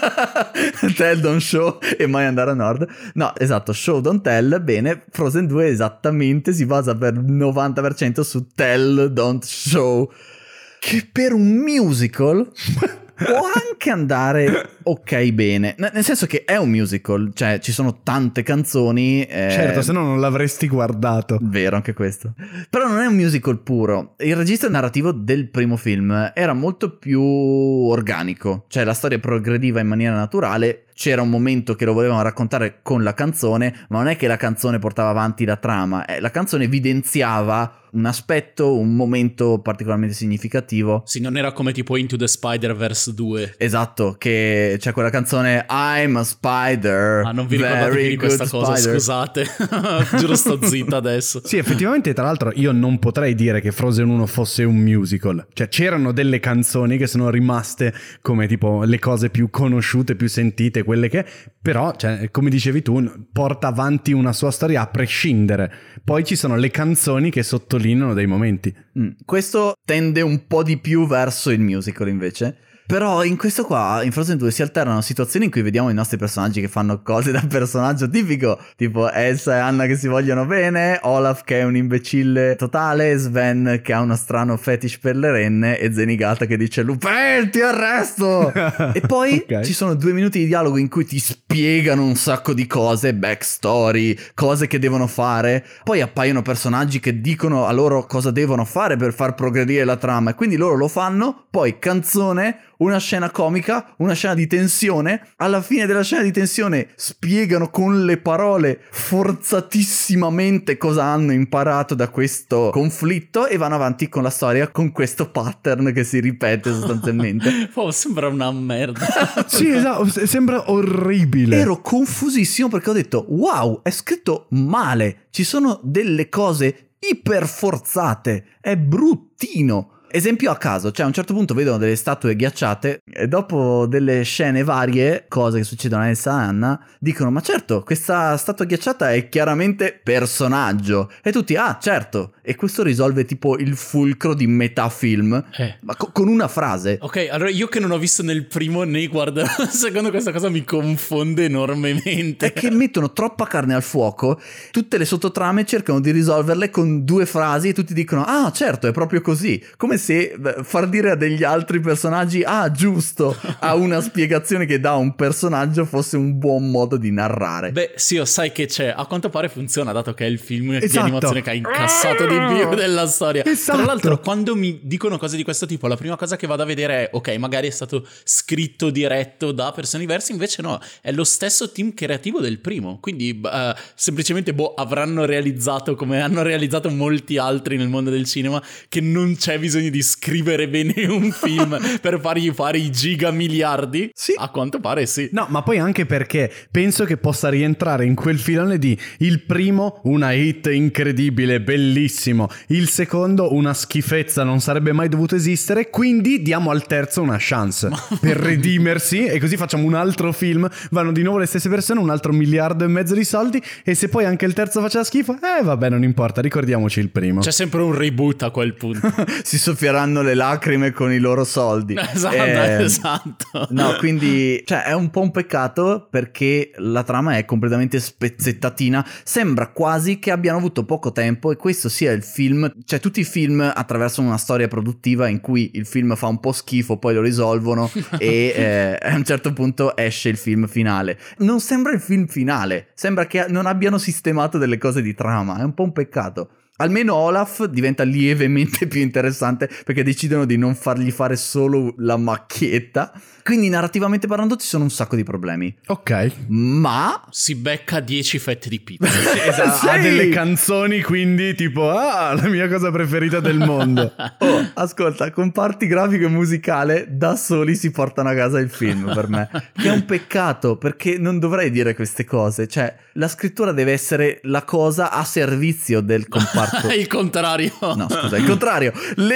Tell don't show e mai andare a nord. No, esatto, show don't tell. Bene, Frozen due esattamente si basa per novanta per cento su tell don't show, che per un musical può anche andare ok bene, N- nel senso che è un musical, cioè ci sono tante canzoni, eh... Certo, se no non l'avresti guardato. Vero anche questo. Però non è un musical puro. Il registro narrativo del primo film era molto più organico, cioè la storia progrediva in maniera naturale. C'era un momento che lo volevano raccontare con la canzone, ma non è che la canzone portava avanti la trama, eh, la canzone evidenziava un aspetto, un momento particolarmente significativo. Sì, non era come tipo Into the Spider-Verse due. Esatto, che c'è quella canzone I'm a spider. Ah, non vi ricordatevi very di questa good cosa, spider. scusate. Giuro sto zitta adesso. Sì, effettivamente, tra l'altro, io non potrei dire che Frozen uno fosse un musical. Cioè, c'erano delle canzoni che sono rimaste come tipo le cose più conosciute, più sentite, quelle che... Però, cioè, come dicevi tu, porta avanti una sua storia a prescindere. Poi ci sono le canzoni che sottolineano dei momenti. Mm, questo tende un po' di più verso il musical invece. Però in questo qua, in Frozen due, si alternano situazioni in cui vediamo i nostri personaggi che fanno cose da personaggio tipico, tipo Elsa e Anna che si vogliono bene, Olaf che è un imbecille totale, Sven che ha uno strano fetish per le renne e Zenigata che dice Lupin ti arresto! E poi Ok. ci sono due minuti di dialogo in cui ti spiegano un sacco di cose, backstory, cose che devono fare, poi appaiono personaggi che dicono a loro cosa devono fare per far progredire la trama e quindi loro lo fanno, poi canzone, una scena comica, una scena di tensione. Alla fine della scena di tensione spiegano con le parole forzatissimamente cosa hanno imparato da questo conflitto e vanno avanti con la storia con questo pattern che si ripete sostanzialmente. Oh, sembra una merda. Sì, esatto, sembra orribile. Ero confusissimo perché ho detto wow, è scritto male, ci sono delle cose iperforzate, è bruttino. Esempio a caso, cioè a un certo punto vedono delle statue ghiacciate e dopo delle scene varie, cose che succedono a Elsa e Anna, dicono ma certo, questa statua ghiacciata è chiaramente personaggio. E tutti, ah certo, e questo risolve tipo il fulcro di metà film, Eh. ma co- con una frase. Ok, allora io che non ho visto nel primo né guarda, secondo questa cosa mi confonde enormemente. È che mettono troppa carne al fuoco, tutte le sottotrame cercano di risolverle con due frasi e tutti dicono ah certo, è proprio così. Come se far dire a degli altri personaggi ah giusto a una spiegazione che dà un personaggio fosse un buon modo di narrare. Beh sì, io sai che c'è, a quanto pare funziona dato che è il film Esatto. di animazione che ha incassato di più della storia. Esatto. Tra l'altro quando mi dicono cose di questo tipo la prima cosa che vado a vedere è ok, magari è stato scritto diretto da persone diverse, invece no, è lo stesso team creativo del primo, quindi uh, semplicemente boh avranno realizzato come hanno realizzato molti altri nel mondo del cinema che non c'è bisogno di scrivere bene un film per fargli fare i giga miliardi. Sì. A quanto pare sì. No, ma poi anche perché penso che possa rientrare in quel filone di il primo una hit incredibile, bellissimo, il secondo una schifezza, non sarebbe mai dovuto esistere, quindi diamo al terzo una chance per redimersi e così facciamo un altro film, vanno di nuovo le stesse persone, un altro miliardo e mezzo di soldi e se poi anche il terzo faceva schifo, eh vabbè non importa, ricordiamoci il primo. C'è sempre un reboot a quel punto. Si soffieranno le lacrime con i loro soldi. Esatto, Eh, esatto. No, quindi cioè è un po' un peccato perché la trama è completamente spezzettatina. Sembra quasi che abbiano avuto poco tempo e questo sia il film, cioè tutti i film attraversano una storia produttiva in cui il film fa un po' schifo, poi lo risolvono e eh, a un certo punto esce il film finale. Non sembra il film finale, sembra che non abbiano sistemato delle cose di trama, è un po' un peccato. Almeno Olaf diventa lievemente più interessante perché decidono di non fargli fare solo la macchietta. Quindi narrativamente parlando ci sono un sacco di problemi. Ok. Ma Si becca dieci fette di pizza. Esatto, ha Sì. delle canzoni quindi tipo ah la mia cosa preferita del mondo. oh, ascolta, con parti grafico e musicale da soli si portano a casa il film per me. Che è un peccato perché non dovrei dire queste cose. Cioè la scrittura deve essere la cosa a servizio del comparto. Il contrario. No, scusa, il contrario. Le...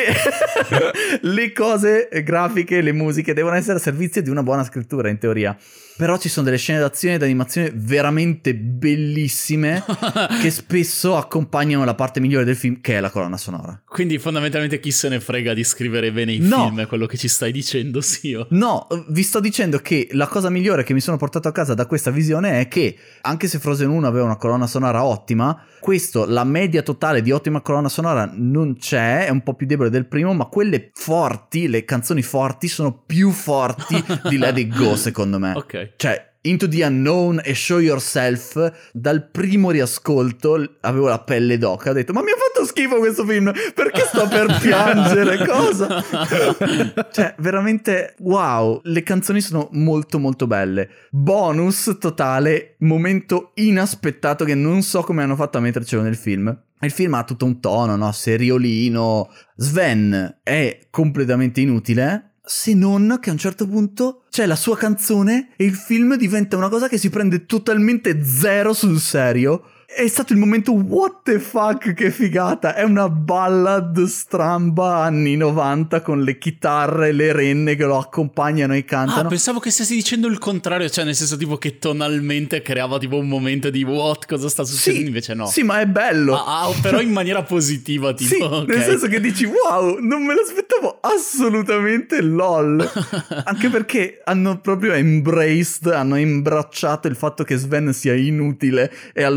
le cose grafiche, le musiche devono essere a servizio di una buona scrittura, in teoria. Però ci sono delle scene d'azione ed animazione veramente bellissime che spesso accompagnano la parte migliore del film, che è la colonna sonora. Quindi fondamentalmente chi se ne frega di scrivere bene i No. film, è quello che ci stai dicendo, sì. Io. No, vi sto dicendo che la cosa migliore che mi sono portato a casa da questa visione è che, anche se Frozen uno aveva una colonna sonora ottima, questo, la media totale di ottima colonna sonora non c'è, è un po' più debole del primo, ma quelle forti, le canzoni forti, sono più forti di Let It Go, secondo me. Ok. Cioè, Into the Unknown e Show Yourself, dal primo riascolto avevo la pelle d'oca, ho detto ma mi ha fatto schifo questo film, perché sto per piangere, cosa? Cioè veramente wow, le canzoni sono molto molto belle. Bonus totale, momento inaspettato che non so come hanno fatto a mettercelo nel film. Il film ha tutto un tono, no? Seriolino. Sven è completamente inutile, se non che a un certo punto c'è la sua canzone e il film diventa una cosa che si prende totalmente zero sul serio. È stato il momento what the fuck, che figata. È una ballad stramba anni novanta con le chitarre e le renne che lo accompagnano e cantano. Ah, pensavo che stessi dicendo il contrario, cioè nel senso tipo che tonalmente creava tipo un momento di what, cosa sta succedendo, Sì, invece no. sì, ma è bello. Ah, ah, però in maniera positiva, tipo. Sì, ok. nel senso che dici wow, non me l'aspettavo assolutamente, lol. Anche perché hanno proprio embraced, hanno imbracciato il fatto che Sven sia inutile e allora gli hanno fatto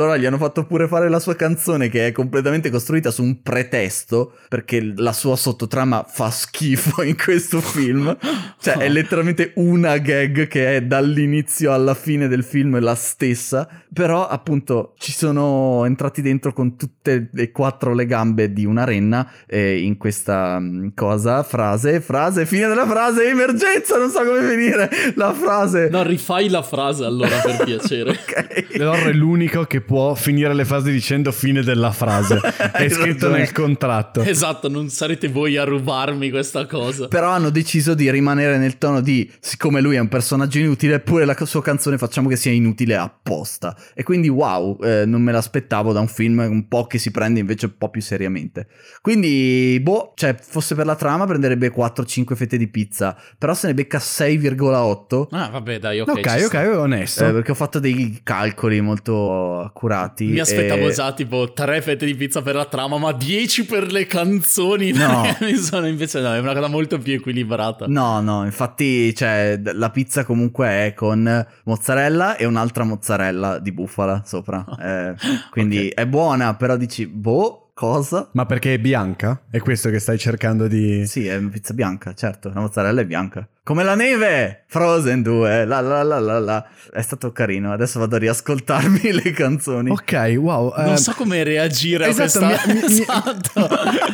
fatto pure fare la sua canzone, che è completamente costruita su un pretesto, perché la sua sottotrama fa schifo in questo film. Cioè è letteralmente una gag che è dall'inizio alla fine del film la stessa, però appunto ci sono entrati dentro con tutte e quattro le gambe di una renna eh, in questa um, cosa, frase, frase, fine della frase, emergenza, non so come finire la frase. No, rifai la frase allora, per piacere. Ok. Loro è l'unico che può finire le frasi dicendo fine della frase. È Hai scritto ragione. nel contratto. Esatto, non sarete voi a rubarmi questa cosa. Però hanno deciso di rimanere nel tono di, siccome lui è un personaggio inutile, pure la sua canzone facciamo che sia inutile apposta. E quindi wow, eh, non me l'aspettavo da un film un po' che si prende invece un po' più seriamente. Quindi, boh, cioè fosse per la trama prenderebbe quattro cinque fette di pizza, però se ne becca sei virgola otto. Ah, vabbè, dai, ok. Ok, ci ok, sta. onesto. Eh, perché ho fatto dei calcoli molto accurati. Mi aspettavo e... già tipo tre fette di pizza per la trama, ma dieci per le canzoni. No. Mi sono invece no, è una cosa molto più equilibrata. No, no, infatti, cioè, la pizza comunque è con mozzarella e un'altra mozzarella di bufala sopra. Eh, quindi Ok. è buona, però dici, boh, cosa? Ma perché è bianca? È questo che stai cercando di... Sì, è una pizza bianca, certo, la mozzarella è bianca. Come la neve! Frozen due, la la la la la. È stato carino, adesso vado a riascoltarmi le canzoni. Ok, wow. Non eh, so come reagire esatto, a questa... mi- mi- mi- Esatto.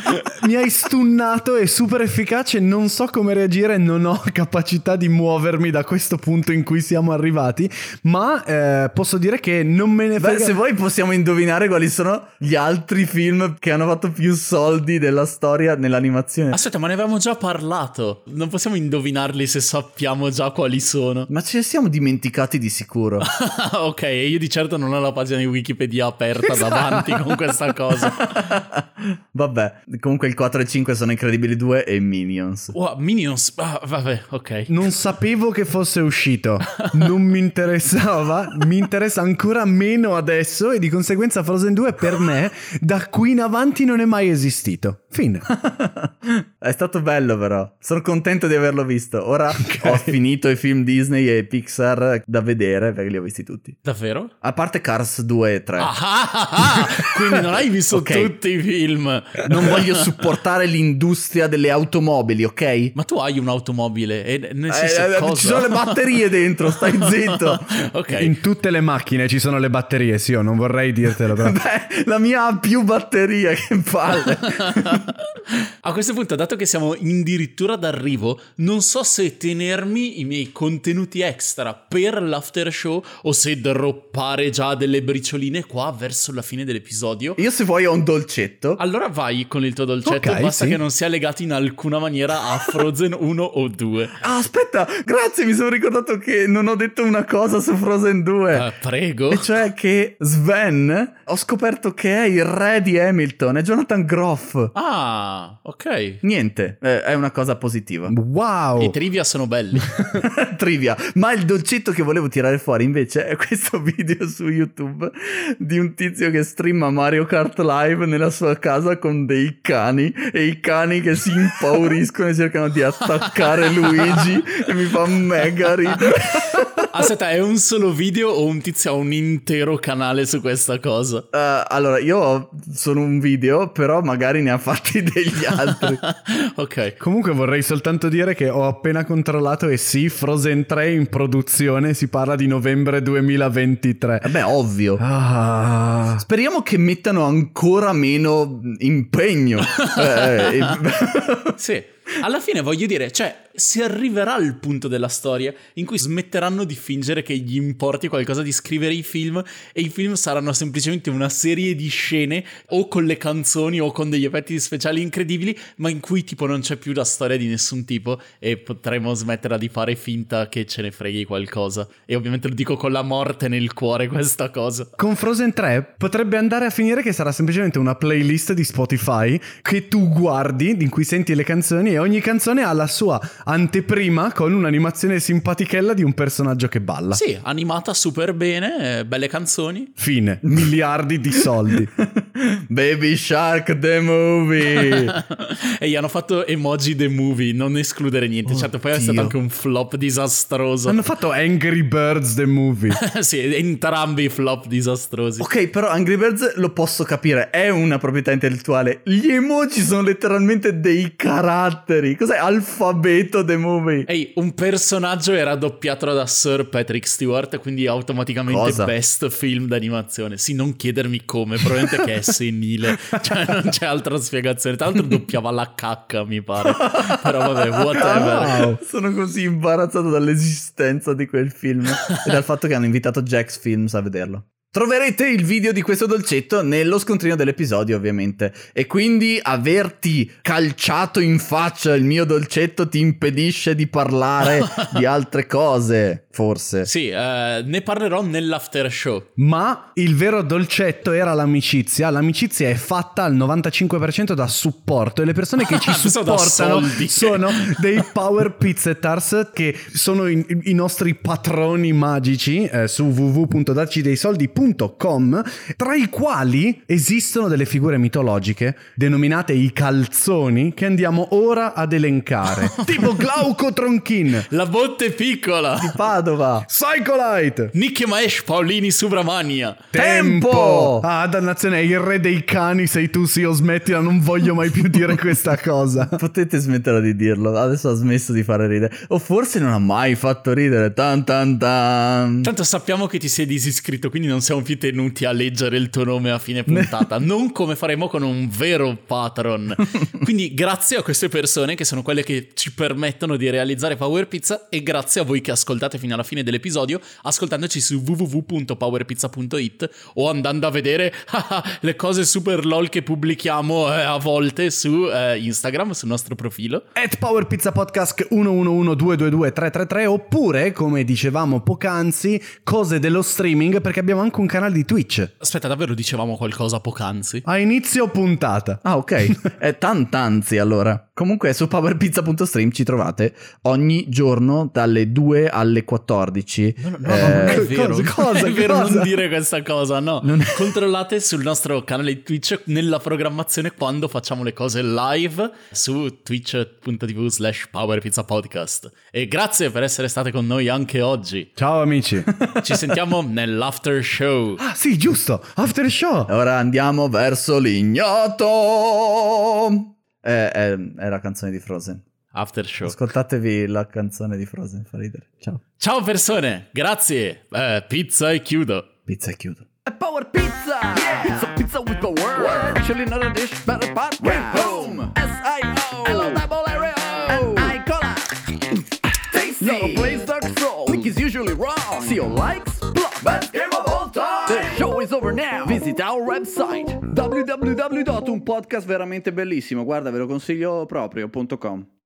mi hai stunnato, è super efficace, non so come reagire, non ho capacità di muovermi da questo punto in cui siamo arrivati, ma eh, posso dire che non me ne Beh, frega... se vuoi possiamo indovinare quali sono gli altri film che hanno fatto più soldi della storia nell'animazione. Aspetta, ma ne avevamo già parlato. Non possiamo indovinarli se sappiamo già quali sono. Ma ce ne siamo dimenticati di sicuro. Ok, io di certo non ho la pagina di Wikipedia aperta davanti con questa cosa. Vabbè, comunque il quattro e cinque sono Incredibili due e Minions. Wow, Minions. Ah, vabbè, ok. Non sapevo che fosse uscito, non mi interessava, mi interessa ancora meno adesso e di conseguenza Frozen due per me da qui in avanti non è mai esistito. Fine. È stato bello però, sono contento di averlo visto. Ora ho finito i film Disney e Pixar da vedere perché li ho visti tutti. Davvero? A parte Cars due e tre. Ah, ah, ah, ah. Quindi non hai visto Ok. tutti i film. Non voglio supportare l'industria delle automobili, ok? Ma tu hai un'automobile e nel Eh, senso eh, cosa? ci sono le batterie dentro, stai zitto. Ok. In tutte le macchine ci sono le batterie, sì, io non vorrei dirtelo però. Beh, la mia ha più batterie, che palle. A questo punto, dato che siamo addirittura d'arrivo, non so se tenermi i miei contenuti extra per l'after show o se droppare già delle bricioline qua verso la fine dell'episodio. Io se vuoi ho un dolcetto. Allora vai con il tuo dolcetto, Ok, basta sì. che non sia legato in alcuna maniera a Frozen uno o due. Ah, aspetta, grazie, mi sono ricordato che non ho detto una cosa su Frozen due. Eh, prego. E cioè che Sven, ho scoperto che è il re di Hamilton, è Jonathan Groff. Ah, ok. Niente, eh, è una cosa positiva. Wow. I trivia sono belli. Trivia. Ma il dolcetto che volevo tirare fuori invece è questo video su YouTube di un tizio che streama Mario Kart Live nella sua casa con dei cani e i cani che si impauriscono e cercano di attaccare Luigi e mi fa mega ridere. Aspetta, è un solo video o un tizio ha un intero canale su questa cosa? Uh, allora, io sono un video, però magari ne ha fatti degli altri. Ok. Comunque vorrei soltanto dire che ho appena controllato e sì, Frozen tre in produzione, si parla di novembre duemilaventitré. Vabbè, ovvio. Ah. Speriamo che mettano ancora meno impegno. eh, eh, Sì, alla fine voglio dire, cioè, si arriverà al punto della storia in cui smetteranno di fingere che gli importi qualcosa di scrivere i film e i film saranno semplicemente una serie di scene o con le canzoni o con degli effetti speciali incredibili, ma in cui tipo non c'è più la storia di nessun tipo e potremo smettere di fare finta che ce ne freghi qualcosa. E ovviamente lo dico con la morte nel cuore questa cosa. Con Frozen tre potrebbe andare a finire che sarà semplicemente una playlist di Spotify che tu guardi, in cui senti le canzoni e ogni canzone ha la sua anteprima con un'animazione simpatichella di un personaggio che balla. Sì, animata super bene, eh, belle canzoni. Fine. Miliardi di soldi. Baby Shark the movie. E gli hanno fatto emoji the movie, non escludere niente. Oh, certo, poi è Dio. stato anche un flop disastroso. Hanno fatto Angry Birds the movie. Sì, entrambi flop disastrosi. Ok, però Angry Birds lo posso capire, è una proprietà intellettuale. Gli emoji sono letteralmente dei caratteri. Cos'è alfabeto the movie? Ehi, un personaggio era doppiato da Sir Patrick Stewart, quindi automaticamente Cosa? best film d'animazione. Sì, non chiedermi come, probabilmente che è senile. Cioè, non c'è altra spiegazione. Tra l'altro doppiava la cacca, mi pare. Però vabbè, whatever. Wow. Sono così imbarazzato dall'esistenza di quel film e dal fatto che hanno invitato Jax Films a vederlo. Troverete il video di questo dolcetto nello scontrino dell'episodio, ovviamente. E quindi averti calciato in faccia il mio dolcetto ti impedisce di parlare di altre cose, forse. Sì, eh, ne parlerò nell'after show. Ma il vero dolcetto era l'amicizia. L'amicizia è fatta al novantacinque per cento da supporto e le persone che ci Sono da supportano soldi. sono dei Power Pizzetars, che sono i, i nostri patroni magici eh, su w w w punto dacci dei soldi punto com, tra i quali esistono delle figure mitologiche denominate i calzoni, che andiamo ora ad elencare. Tipo Glauco Tronchin, La botte piccola. Di Padova. Psycholite, Nick Maesh Paolini Subramania. Tempo! Ah, dannazione, è il re dei cani, sei tu, sì, o smettila, non voglio mai più dire questa cosa. Potete smetterla di dirlo, adesso ha smesso di fare ridere. O forse non ha mai fatto ridere. Tan tan tan. Tanto sappiamo che ti sei disiscritto, quindi non siamo più tenuti a leggere il tuo nome a fine puntata. Non come faremo con un vero patron. Quindi grazie a queste persone, che sono quelle che ci permettono di realizzare Power Pizza, e grazie a voi che ascoltate fino alla fine dell'episodio, ascoltandoci su w w w punto power pizza punto i t o andando a vedere le cose super lol che pubblichiamo eh, a volte su eh, Instagram, sul nostro profilo. At Power Pizza Podcast uno uno uno due due due tre tre tre, oppure, come dicevamo poc'anzi, cose dello streaming, perché abbiamo anche un canale di Twitch. Aspetta, davvero dicevamo qualcosa poc'anzi? A inizio puntata. Ah, ok. È tantanzi allora. Comunque su powerpizza punto stream ci trovate ogni giorno dalle due alle quattordici. No, no, no, Eh, non è cosa- vero. cosa- è vero, cosa? non dire questa cosa, no. Non- Controllate sul nostro canale di Twitch nella programmazione quando facciamo le cose live su twitch punto t v slash powerpizzapodcast. E grazie per essere state con noi anche oggi. Ciao amici. Ci sentiamo nell'after show. Ah sì, giusto, after show. Ora andiamo verso l'ignoto. Eh, è, è la canzone di Frozen. After show. Ascoltatevi la canzone di Frozen, fa ridere. Ciao. Ciao persone, grazie. Eh, pizza e chiudo. Pizza e chiudo. Power Pizza! Yeah! Pizza, pizza with power! Word. Actually not a dish, but a part. Yeah. Boom! S I O! Hello, double R O! And I cola! Tasty! Not a place dark soul! Nick is usually wrong! See your likes? Block! Best game of all time! The show is over now! Visit our website! w w w punto un podcast veramente bellissimo, guarda, ve lo consiglio proprio punto com.